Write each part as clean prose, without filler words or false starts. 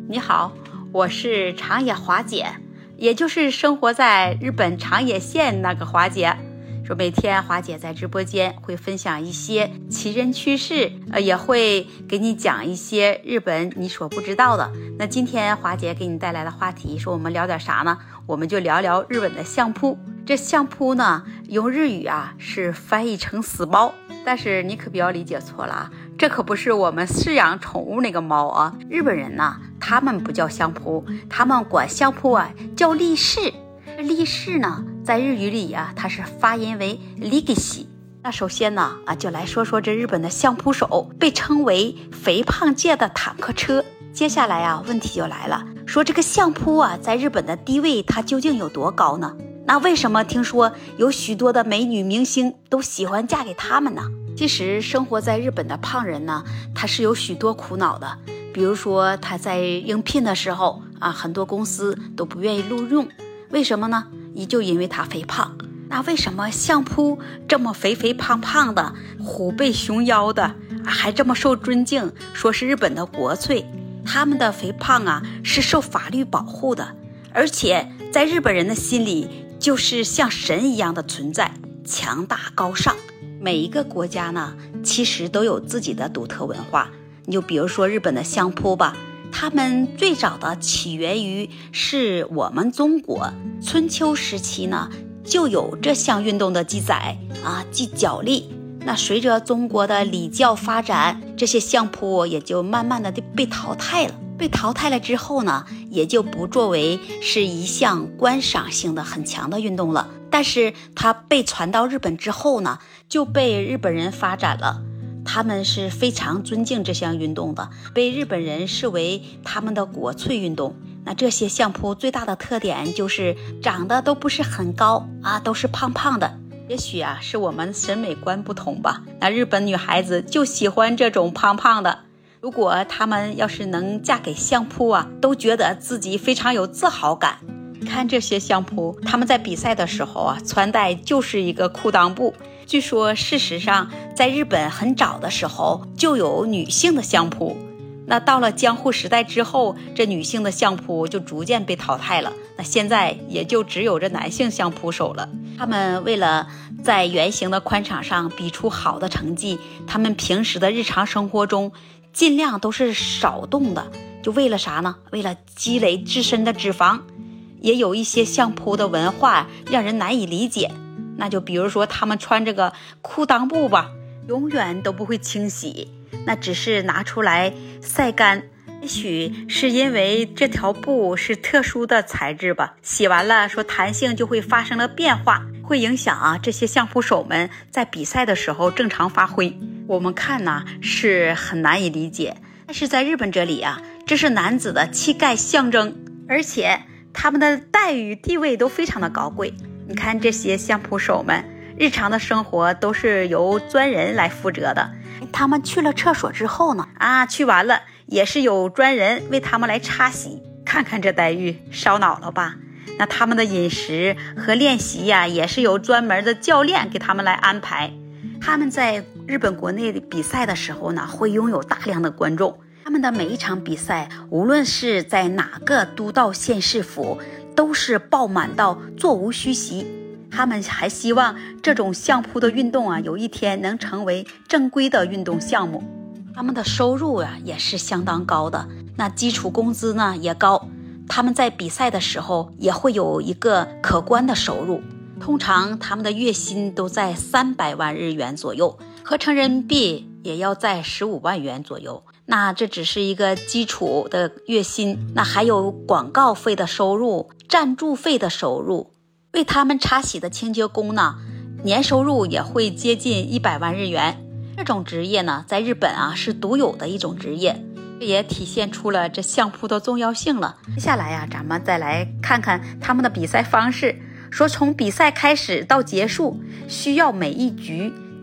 你好，我是长野华姐，也就是生活在日本长野县那个华姐。说每天华姐在直播间会分享一些奇人趣事，也会给你讲一些日本你所不知道的。那今天华姐给你带来的话题，说我们聊点啥呢？我们就聊聊日本的相扑。这相扑呢，用日语是翻译成死猫，但是你可不要理解错了啊，这可不是我们饲养宠物那个猫啊。日本人呢，他们不叫相扑，他们管相扑叫力士。力士呢，在日语里它是发音为力士。那首先呢就来说说这日本的相扑手，被称为肥胖界的坦克车。接下来问题就来了，说这个相扑在日本的地位它究竟有多高呢？那为什么听说有许多的美女明星都喜欢嫁给他们呢？其实生活在日本的胖人呢，他是有许多苦恼的。比如说他在应聘的时候很多公司都不愿意录用，为什么呢？也就因为他肥胖。那为什么相扑这么肥肥胖胖的，虎背熊腰的，还这么受尊敬，说是日本的国粹？他们的肥胖是受法律保护的，而且在日本人的心里就是像神一样的存在，强大高尚。每一个国家呢，其实都有自己的独特文化。你就比如说日本的相扑吧，他们最早的起源于是我们中国春秋时期呢，就有这项运动的记载即角力。那随着中国的礼教发展，这些相扑也就慢慢的被淘汰了。被淘汰了之后呢，也就不作为是一项观赏性的很强的运动了。但是它被传到日本之后呢，就被日本人发展了。他们是非常尊敬这项运动的，被日本人视为他们的国粹运动。那这些相扑最大的特点就是长得都不是很高都是胖胖的。也许是我们审美观不同吧。那日本女孩子就喜欢这种胖胖的。如果她们要是能嫁给相扑都觉得自己非常有自豪感。看这些相扑，他们在比赛的时候穿戴就是一个裤裆布。据说事实上在日本很早的时候就有女性的相扑，那到了江户时代之后，这女性的相扑就逐渐被淘汰了。那现在也就只有这男性相扑手了。他们为了在圆形的宽场上比出好的成绩，他们平时的日常生活中尽量都是少动的，就为了啥呢？为了积累自身的脂肪。也有一些相扑的文化让人难以理解，那就比如说他们穿这个裤裆布吧，永远都不会清洗，那只是拿出来晒干。也许是因为这条布是特殊的材质吧，洗完了说弹性就会发生了变化，会影响这些相扑手们在比赛的时候正常发挥。我们看是很难以理解，但是在日本这里这是男子的气概象征，而且他们的待遇地位都非常的高贵。你看这些相扑手们日常的生活都是由专人来负责的，他们去了厕所之后呢去完了也是有专人为他们来擦洗。看看这待遇，烧脑了吧？那他们的饮食和练习也是有专门的教练给他们来安排。他们在日本国内比赛的时候呢，会拥有大量的观众。他们的每一场比赛，无论是在哪个都道县市府，都是爆满到座无虚席。他们还希望这种相扑的运动有一天能成为正规的运动项目。他们的收入也是相当高的，那基础工资呢也高。他们在比赛的时候也会有一个可观的收入，通常他们的月薪都在300万日元左右，合成人民币也要在15万元左右。那这只是一个基础的月薪，那还有广告费的收入、赞助费的收入。为他们擦洗的清洁工呢，年收入也会接近100万日元。这种职业呢，在日本是独有的一种职业，这也体现出了这相扑的重要性了。接下来咱们再来看看他们的比赛方式。说从比赛开始到结束，需要每一局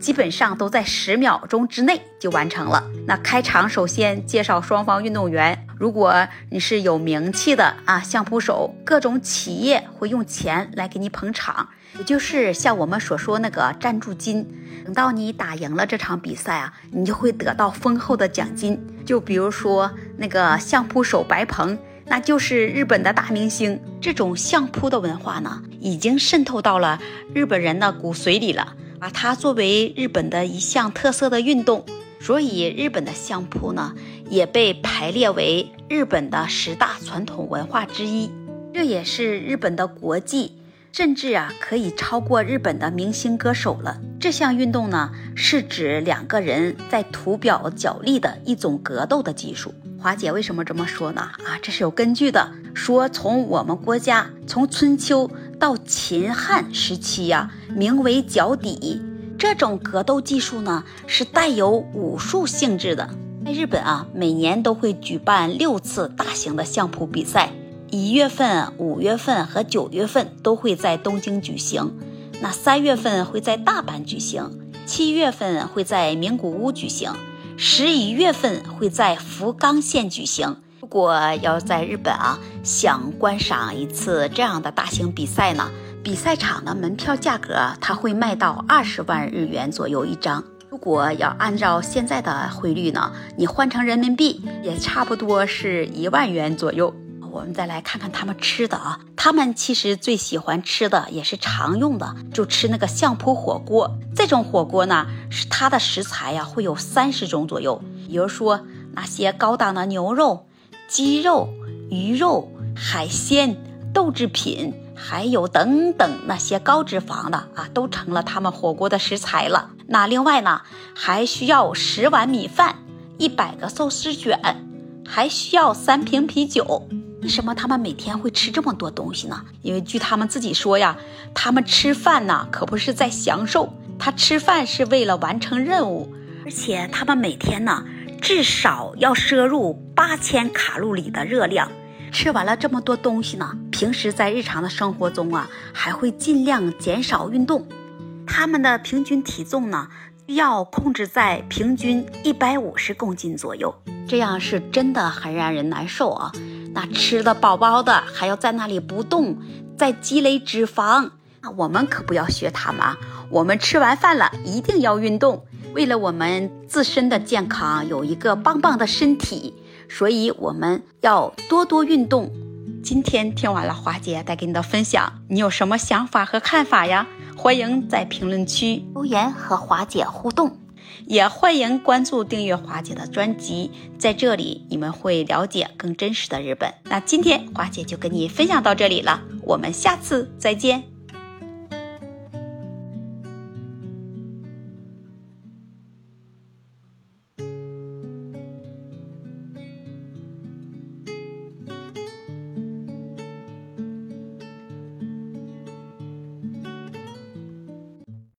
基本上都在10秒钟之内就完成了。那开场首先介绍双方运动员，如果你是有名气的相扑手，各种企业会用钱来给你捧场，也就是像我们所说那个赞助金。等到你打赢了这场比赛你就会得到丰厚的奖金。就比如说那个相扑手白鹏，那就是日本的大明星。这种相扑的文化呢，已经渗透到了日本人的骨髓里了，把它作为日本的一项特色的运动。所以日本的相扑呢，也被排列为日本的10大传统文化之一。这也是日本的国技，甚至可以超过日本的明星歌手了。这项运动呢，是指2个人在图表角力的一种格斗的技术。华姐为什么这么说呢？这是有根据的。说从我们国家从春秋到秦汉时期名为脚底。这种格斗技术呢，是带有武术性质的。在日本每年都会举办6次大型的相扑比赛，1月份、5月份和9月份都会在东京举行。那3月份会在大阪举行，7月份会在名古屋举行，11月份会在福冈县举行。如果要在日本想观赏一次这样的大型比赛呢，比赛场的门票价格它会卖到20万日元左右一张。如果要按照现在的汇率呢，你换成人民币也差不多是1万元左右。我们再来看看他们吃的他们其实最喜欢吃的也是常用的，就吃那个相扑火锅。这种火锅呢，是它的食材会有30种左右，比如说那些高档的牛肉、鸡肉、鱼肉、海鲜、豆制品，还有等等那些高脂肪的都成了他们火锅的食材了。那另外呢，还需要10碗米饭、100个寿司卷，还需要3瓶啤酒。为什么他们每天会吃这么多东西呢？因为据他们自己说他们吃饭呢可不是在享受，他吃饭是为了完成任务。而且他们每天呢至少要摄入8000卡路里的热量。吃完了这么多东西呢，平时在日常的生活中还会尽量减少运动。他们的平均体重呢要控制在平均150公斤左右，这样是真的很让人难受那吃得饱饱的还要在那里不动，再积累脂肪。我们可不要学他们我们吃完饭了一定要运动，为了我们自身的健康，有一个棒棒的身体，所以我们要多多运动。今天听完了华姐带给你的分享，你有什么想法和看法呀？欢迎在评论区留言和华姐互动，也欢迎关注订阅华姐的专辑，在这里你们会了解更真实的日本。那今天华姐就跟你分享到这里了，我们下次再见。